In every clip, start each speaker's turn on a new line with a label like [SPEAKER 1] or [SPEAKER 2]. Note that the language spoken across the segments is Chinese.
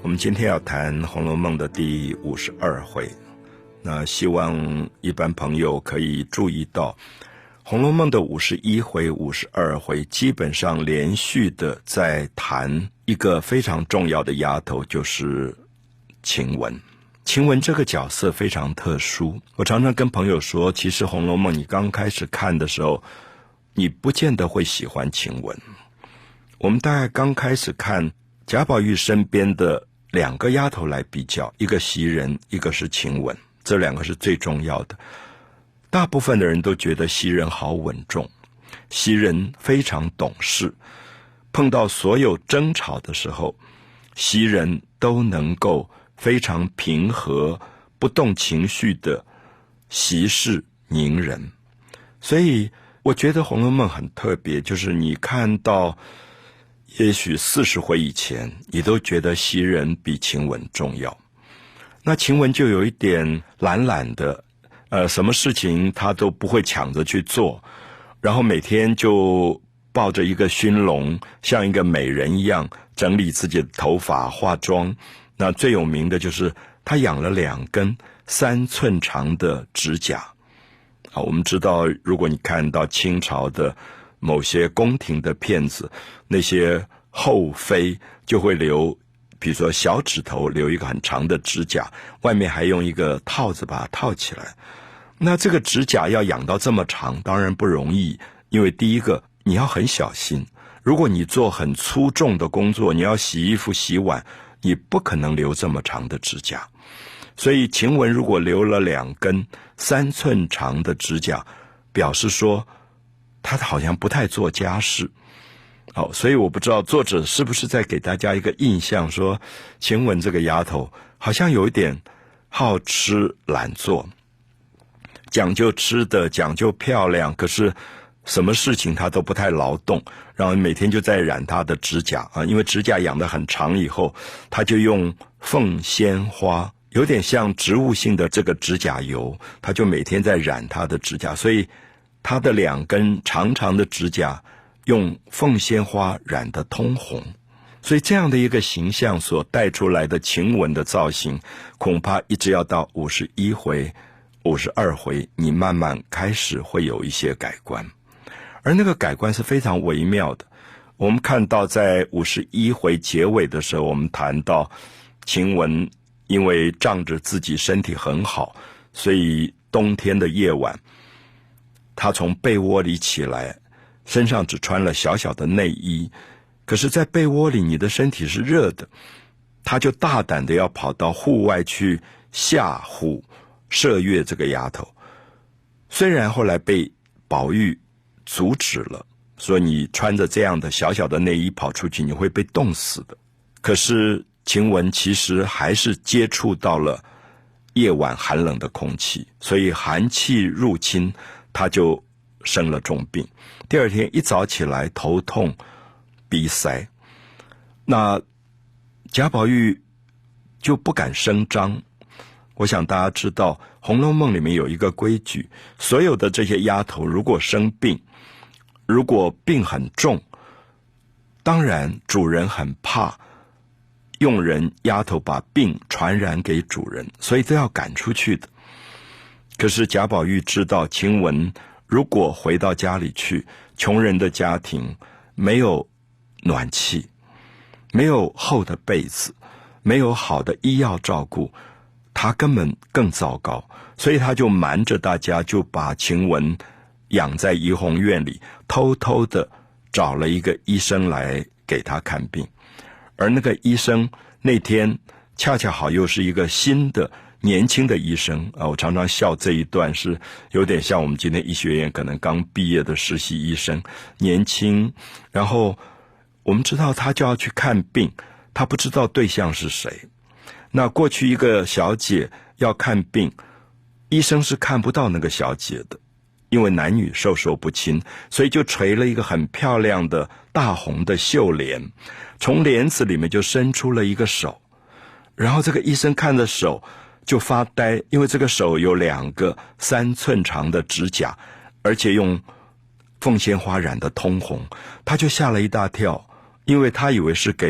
[SPEAKER 1] 我们今天要谈《红楼梦》的第52回，那希望一般朋友可以注意到，《红楼梦》的51回、52回基本上连续的在谈一个非常重要的丫头，就是晴雯。晴雯这个角色非常特殊，我常常跟朋友说，其实《红楼梦》你刚开始看的时候，你不见得会喜欢晴雯。我们大概刚开始看贾宝玉身边的两个丫头来比较，一个袭人，一个是晴雯，这两个是最重要的。大部分的人都觉得袭人好稳重，袭人非常懂事，碰到所有争吵的时候，袭人都能够非常平和不动情绪的息事宁人。所以我觉得《红楼梦》很特别，就是你看到也许40回以前，你都觉得袭人比晴雯重要。那晴雯就有一点懒懒的，什么事情她都不会抢着去做，然后每天就抱着一个熏笼，像一个美人一样整理自己的头发、化妆。那最有名的就是她养了2根3寸长的指甲。我们知道，如果你看到清朝的某些宫廷的片子，那些后妃就会留，比如说小指头留一个很长的指甲，外面还用一个套子把它套起来。那这个指甲要养到这么长，当然不容易，因为第一个你要很小心，如果你做很粗重的工作，你要洗衣服洗碗，你不可能留这么长的指甲。所以晴雯如果留了2根3寸长的指甲，表示说她好像不太做家事。所以我不知道作者是不是在给大家一个印象，说晴雯这个丫头好像有一点好吃懒做，讲究吃的，讲究漂亮，可是什么事情她都不太劳动，然后每天就在染她的指甲因为指甲养得很长以后，她就用凤仙花，有点像植物性的这个指甲油，她就每天在染她的指甲，所以她的2根长长的指甲用凤仙花染得通红。所以这样的一个形象所带出来的晴雯的造型，恐怕一直要到51回、52回，你慢慢开始会有一些改观。而那个改观是非常微妙的。我们看到在51回结尾的时候，我们谈到晴雯因为仗着自己身体很好，所以冬天的夜晚，她从被窝里起来，身上只穿了小小的内衣，可是在被窝里你的身体是热的，她就大胆的要跑到户外去吓唬麝月这个丫头。虽然后来被宝玉阻止了，说你穿着这样的小小的内衣跑出去，你会被冻死的，可是晴雯其实还是接触到了夜晚寒冷的空气，所以寒气入侵，她就生了重病。第2天一早起来头痛鼻塞，那贾宝玉就不敢声张。我想大家知道《红楼梦》里面有一个规矩，所有的这些丫头如果生病，如果病很重，当然主人很怕佣人丫头把病传染给主人，所以都要赶出去的。可是贾宝玉知道晴雯如果回到家里去，穷人的家庭没有暖气，没有厚的被子，没有好的医药照顾，他根本更糟糕，所以他就瞒着大家，就把晴雯养在怡红院里，偷偷的找了一个医生来给他看病。而那个医生那天恰恰好又是一个新的年轻的医生我常常笑这一段是有点像我们今天医学院可能刚毕业的实习医生，年轻，然后我们知道他就要去看病，他不知道对象是谁。那过去一个小姐要看病，医生是看不到那个小姐的，因为男女授受不亲，所以就垂了一个很漂亮的大红的绣帘，从帘子里面就伸出了一个手，然后这个医生看着手就发呆，因为这个手有2个3寸长的指甲，而且用凤仙花染得通红，他就吓了一大跳，因为他以为是给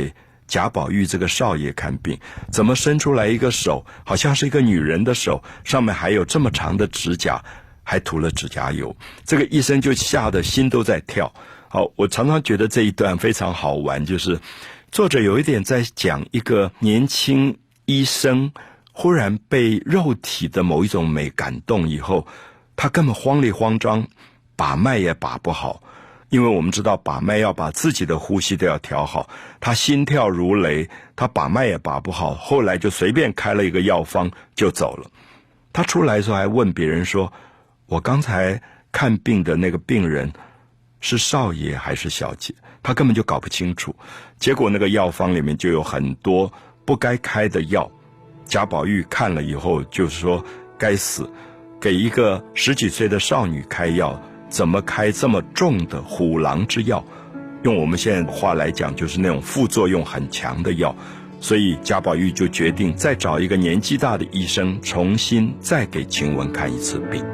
[SPEAKER 1] 贾宝玉这个少爷看病，怎么伸出来一个手，好像是一个女人的手，上面还有这么长的指甲，还涂了指甲油。这个医生就吓得心都在跳。好，我常常觉得这一段非常好玩，就是作者有一点在讲一个年轻医生忽然被肉体的某一种美感动以后，他根本慌里慌张，把脉也把不好。因为我们知道把脉要把自己的呼吸都要调好，他心跳如雷，他把脉也把不好，后来就随便开了一个药方就走了。他出来的时候还问别人说，我刚才看病的那个病人是少爷还是小姐，他根本就搞不清楚。结果那个药方里面就有很多不该开的药，贾宝玉看了以后就是说，该死，给一个10几岁的少女开药，怎么开这么重的虎狼之药？用我们现在话来讲，就是那种副作用很强的药。所以贾宝玉就决定再找一个年纪大的医生，重新再给晴雯看一次病。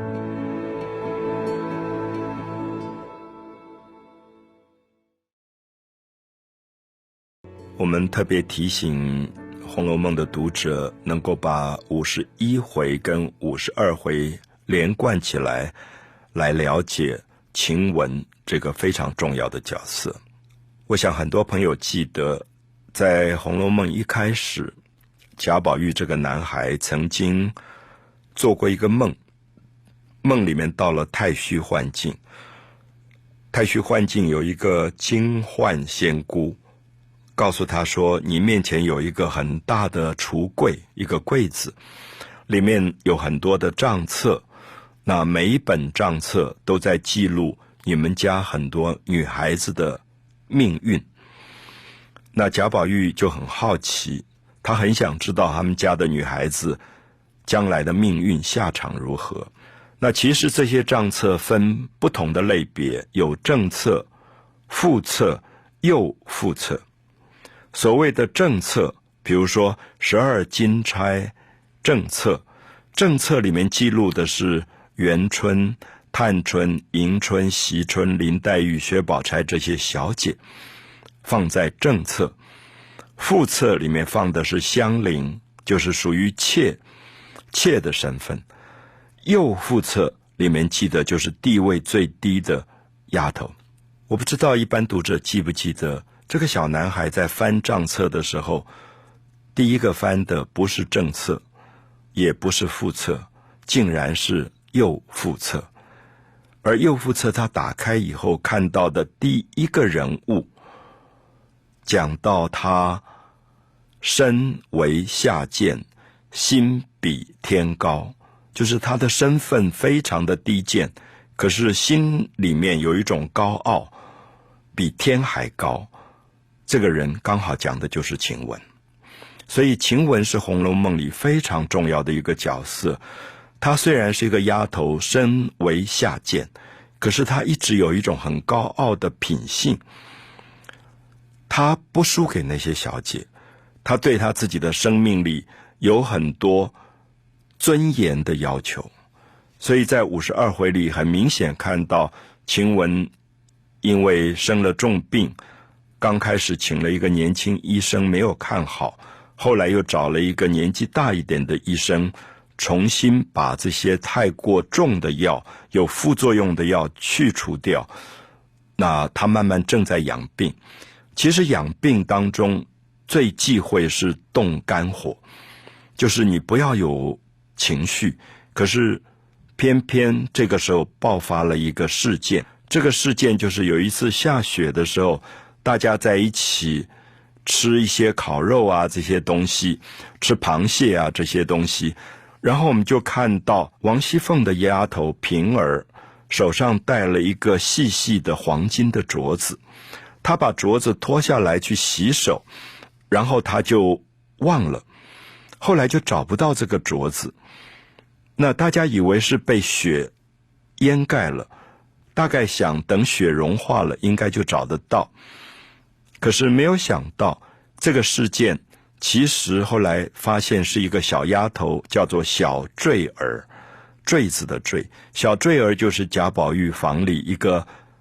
[SPEAKER 1] 我们特别提醒《红楼梦》的读者，能够把51回跟52回连贯起来，来了解晴雯这个非常重要的角色。我想很多朋友记得，在《红楼梦》一开始，贾宝玉这个男孩曾经做过一个梦，梦里面到了太虚幻境。太虚幻境有一个金幻仙姑，告诉他说，你面前有一个很大的橱柜，一个柜子，里面有很多的账册，那每一本账册都在记录你们家很多女孩子的命运。那贾宝玉就很好奇，他很想知道他们家的女孩子将来的命运下场如何。那其实这些账册分不同的类别，有正册、副册、右副册。所谓的正册，比如说12金钗正册，正册里面记录的是元春、探春、迎春、惜春、林黛玉、薛宝钗这些小姐，放在正册。副册里面放的是香菱，就是属于妾的身份。右副册里面记的就是地位最低的丫头。我不知道一般读者记不记得，这个小男孩在翻账册的时候，第一个翻的不是正册，也不是副册，竟然是右副册。而右副册他打开以后看到的第一个人物，讲到他身为下贱，心比天高，就是他的身份非常的低贱，可是心里面有一种高傲，比天还高。这个人刚好讲的就是晴雯。所以晴雯是《红楼梦》里非常重要的一个角色。她虽然是一个丫头，身为下贱，可是她一直有一种很高傲的品性。她不输给那些小姐，她对她自己的生命里有很多尊严的要求。所以在52回里很明显看到晴雯因为生了重病，刚开始请了一个年轻医生没有看好，后来又找了一个年纪大一点的医生，重新把这些太过重的药、有副作用的药去除掉。那他慢慢正在养病。其实养病当中最忌讳是动肝火，就是你不要有情绪，可是偏偏这个时候爆发了一个事件。这个事件就是有一次下雪的时候，大家在一起吃一些烤肉啊，这些东西，吃螃蟹啊这些东西，然后我们就看到王熙凤的丫头平儿手上戴了一个细细的黄金的镯子，她把镯子脱下来去洗手，然后她就忘了，后来就找不到这个镯子。那大家以为是被雪掩盖了，大概想等雪融化了应该就找得到。可是没有想到这个事件其实后来发现是一个小丫头，叫做小坠儿，坠子的坠。小坠儿就是贾宝玉房里一个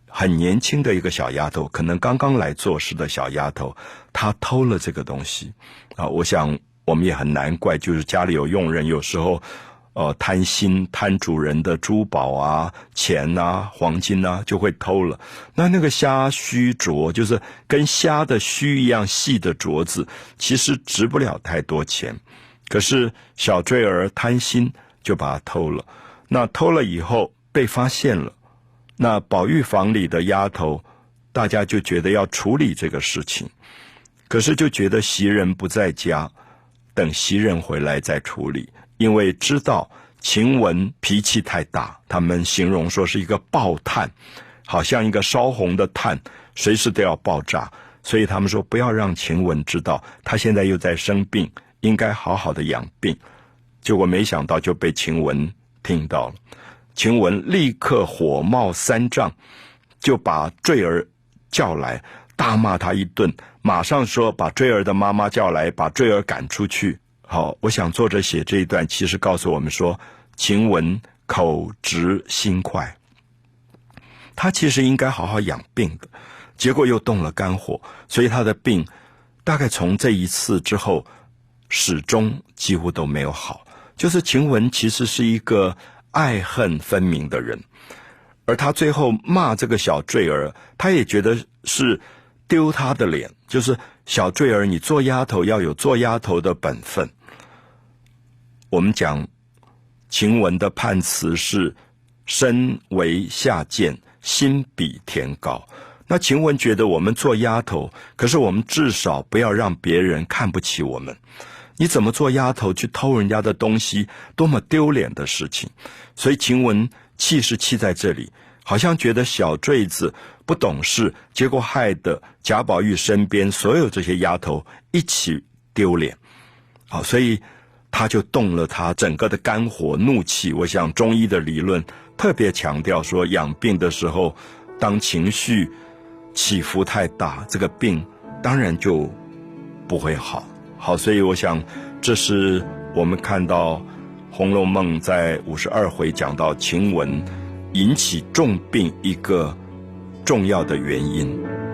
[SPEAKER 1] 很年轻的一个小丫头，可能刚刚来做事的小丫头，她偷了这个东西啊！我想我们也很难怪，就是家里有佣人，有时候贪心，贪主人的珠宝啊、钱啊、黄金啊，就会偷了。那个虾须镯，就是跟虾的须一样细的镯子，其实值不了太多钱，可是小坠儿贪心，就把它偷了。那偷了以后被发现了。那宝玉房里的丫头，大家就觉得要处理这个事情，可是就觉得袭人不在家，等袭人回来再处理，因为知道晴雯脾气太大，他们形容说是一个爆炭，好像一个烧红的炭，随时都要爆炸，所以他们说不要让晴雯知道，她现在又在生病，应该好好的养病。结果没想到就被晴雯听到了。晴雯立刻火冒三丈，就把坠儿叫来，大骂他一顿，马上说把坠儿的妈妈叫来，把坠儿赶出去。好，我想作者写这一段，其实告诉我们说，晴雯口直心快，她其实应该好好养病的，结果又动了肝火，所以她的病大概从这一次之后，始终几乎都没有好。就是晴雯其实是一个爱恨分明的人，而他最后骂这个小坠儿，他也觉得是丢他的脸，就是小坠儿，你做丫头要有做丫头的本分。我们讲晴雯的判词是身为下贱，心比天高。那晴雯觉得我们做丫头，可是我们至少不要让别人看不起我们。你怎么做丫头去偷人家的东西，多么丢脸的事情。所以晴雯气是气在这里，好像觉得小坠子不懂事，结果害得贾宝玉身边所有这些丫头一起丢脸。好，所以他就动了他整个的肝火怒气。我想中医的理论特别强调说，养病的时候，当情绪起伏太大，这个病当然就不会好。好，所以我想这是我们看到《红楼梦》在52回讲到晴雯引起重病一个重要的原因。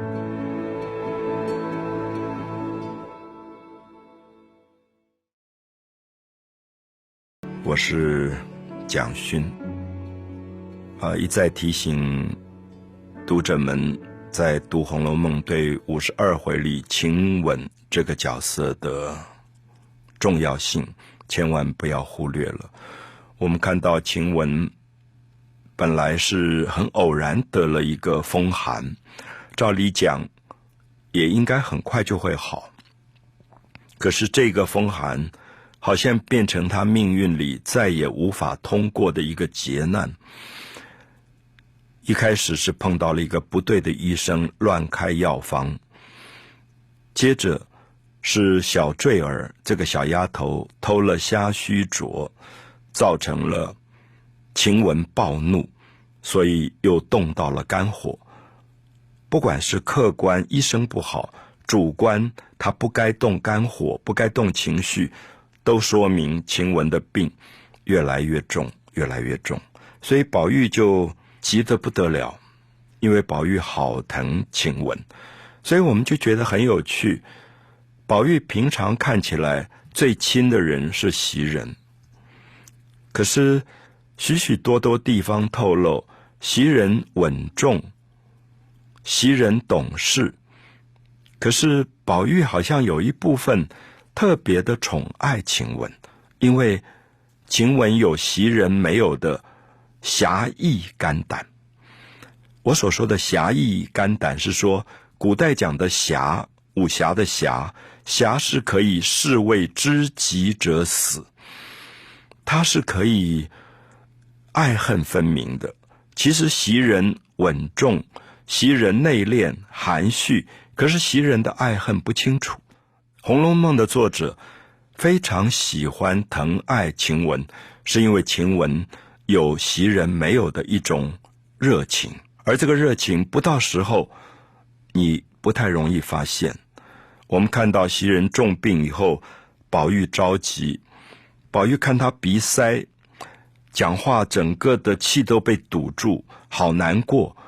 [SPEAKER 1] 我是蒋勋，一再提醒读者们在读《红楼梦》对52回里晴雯这个角色的重要性，千万不要忽略了。我们看到晴雯本来是很偶然得了一个风寒，照理讲也应该很快就会好，可是这个风寒好像变成他命运里再也无法通过的一个劫难。一开始是碰到了一个不对的医生乱开药方，接着是小坠儿这个小丫头偷了虾须镯，造成了晴雯暴怒，所以又动到了肝火。不管是客观医生不好，主观他不该动肝火，不该动情绪，都说明晴雯的病越来越重，越来越重。所以宝玉就急得不得了，因为宝玉好疼晴雯，所以我们就觉得很有趣。宝玉平常看起来最亲的人是袭人，可是许许多多地方透露，袭人稳重，袭人懂事，可是宝玉好像有一部分特别的宠爱晴雯，因为晴雯有袭人没有的侠义肝胆。我所说的侠义肝胆是说，古代讲的侠，武侠的侠，侠是可以士为知己者死，他是可以爱恨分明的。其实袭人稳重，袭人内敛含蓄，可是袭人的爱恨不清楚。《红楼梦》的作者非常喜欢疼爱晴雯，是因为晴雯有袭人没有的一种热情，而这个热情不到时候你不太容易发现。我们看到袭人重病以后，宝玉着急，宝玉看他鼻塞，讲话整个的气都被堵住，好难过。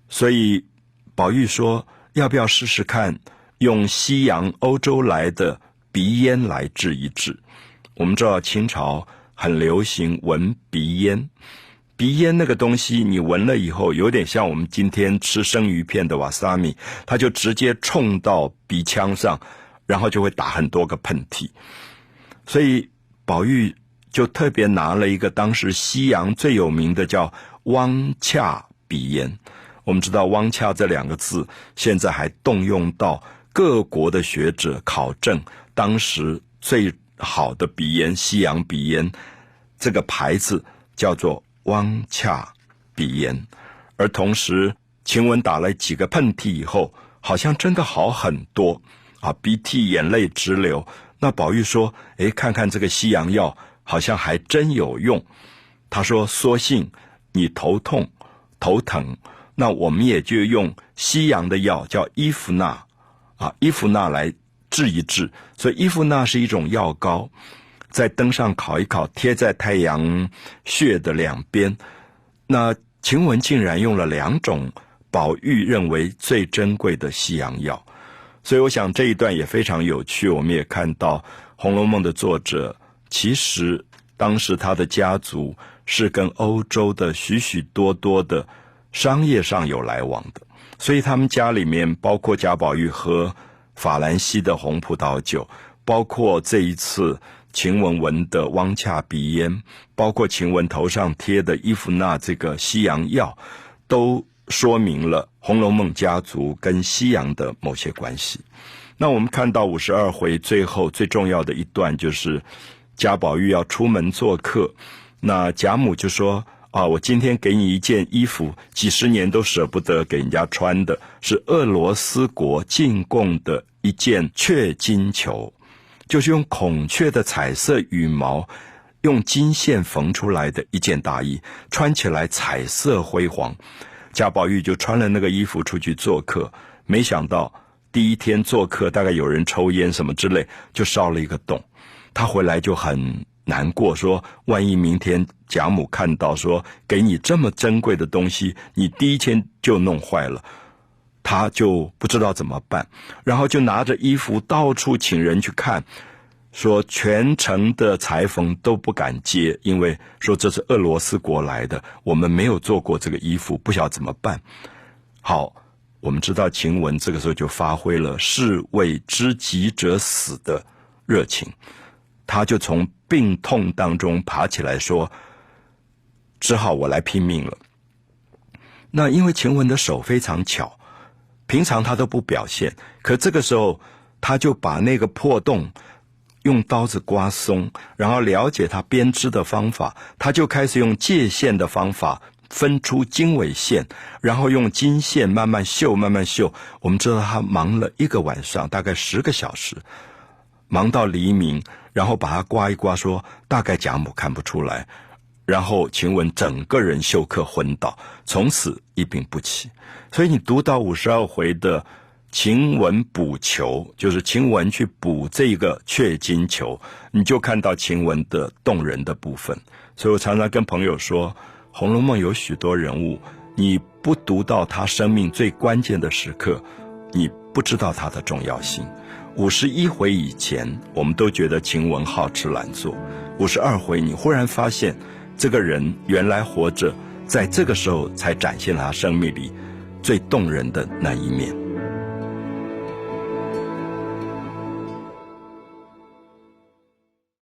[SPEAKER 1] 所以宝玉说，要不要试试看用西洋欧洲来的鼻烟来治一治。我们知道清朝很流行闻鼻烟，鼻烟那个东西你闻了以后，有点像我们今天吃生鱼片的瓦萨米，它就直接冲到鼻腔上，然后就会打很多个喷嚏。所以宝玉就特别拿了一个当时西洋最有名的叫汪洽鼻烟。我们知道汪洽这2个字现在还动用到各国的学者考证当时最好的鼻烟，西洋鼻烟这个牌子叫做汪洽鼻烟。而同时晴雯打了几个喷嚏以后，好像真的好很多啊，鼻涕眼泪直流。那宝玉说，看看这个西洋药好像还真有用。他说，索性你头痛头疼，那我们也就用西洋的药叫伊芙娜伊芙娜来治一治。所以伊芙娜是一种药膏，在灯上烤一烤，贴在太阳穴的2边。那晴雯竟然用了2种宝玉认为最珍贵的西洋药。所以我想这一段也非常有趣。我们也看到《红楼梦》的作者其实当时他的家族是跟欧洲的许许多多的商业上有来往的，所以他们家里面包括贾宝玉喝法兰西的红葡萄酒，包括这一次晴雯闻的汪洽鼻烟，包括晴雯头上贴的伊芙娜这个西洋药，都说明了《红楼梦》家族跟西洋的某些关系。那我们看到52回最后最重要的一段，就是贾宝玉要出门做客，那贾母就说，我今天给你一件衣服，几十年都舍不得给人家穿的，是俄罗斯国进贡的一件雀金裘，就是用孔雀的彩色羽毛用金线缝出来的一件大衣，穿起来彩色辉煌。贾宝玉就穿了那个衣服出去做客，没想到第一天做客大概有人抽烟什么之类，就烧了一个洞。他回来就很难过，说万一明天贾母看到说给你这么珍贵的东西，你第一天就弄坏了，他就不知道怎么办，然后就拿着衣服到处请人去看，说全城的裁缝都不敢接，因为说这是俄罗斯国来的，我们没有做过这个衣服，不晓得怎么办。好，我们知道晴雯这个时候就发挥了士为知己者死的热情，他就从病痛当中爬起来说，只好我来拼命了。那因为晴雯的手非常巧，平常他都不表现，可这个时候他就把那个破洞用刀子刮松，然后了解他编织的方法，他就开始用界线的方法分出经纬线，然后用金线慢慢绣慢慢绣。我们知道他忙了1个晚上，大概10个小时，忙到黎明，然后把它刮一刮，说大概贾母看不出来，然后晴雯整个人休克昏倒，从此一病不起。所以你读到52回的晴雯补裘，就是晴雯去补这个雀金裘，你就看到晴雯的动人的部分。所以我常常跟朋友说，《红楼梦》有许多人物，你不读到他生命最关键的时刻，你不知道他的重要性。51回以前，我们都觉得晴雯好吃懒做，52回你忽然发现，这个人原来活着，在这个时候才展现了他生命里最动人的那一面。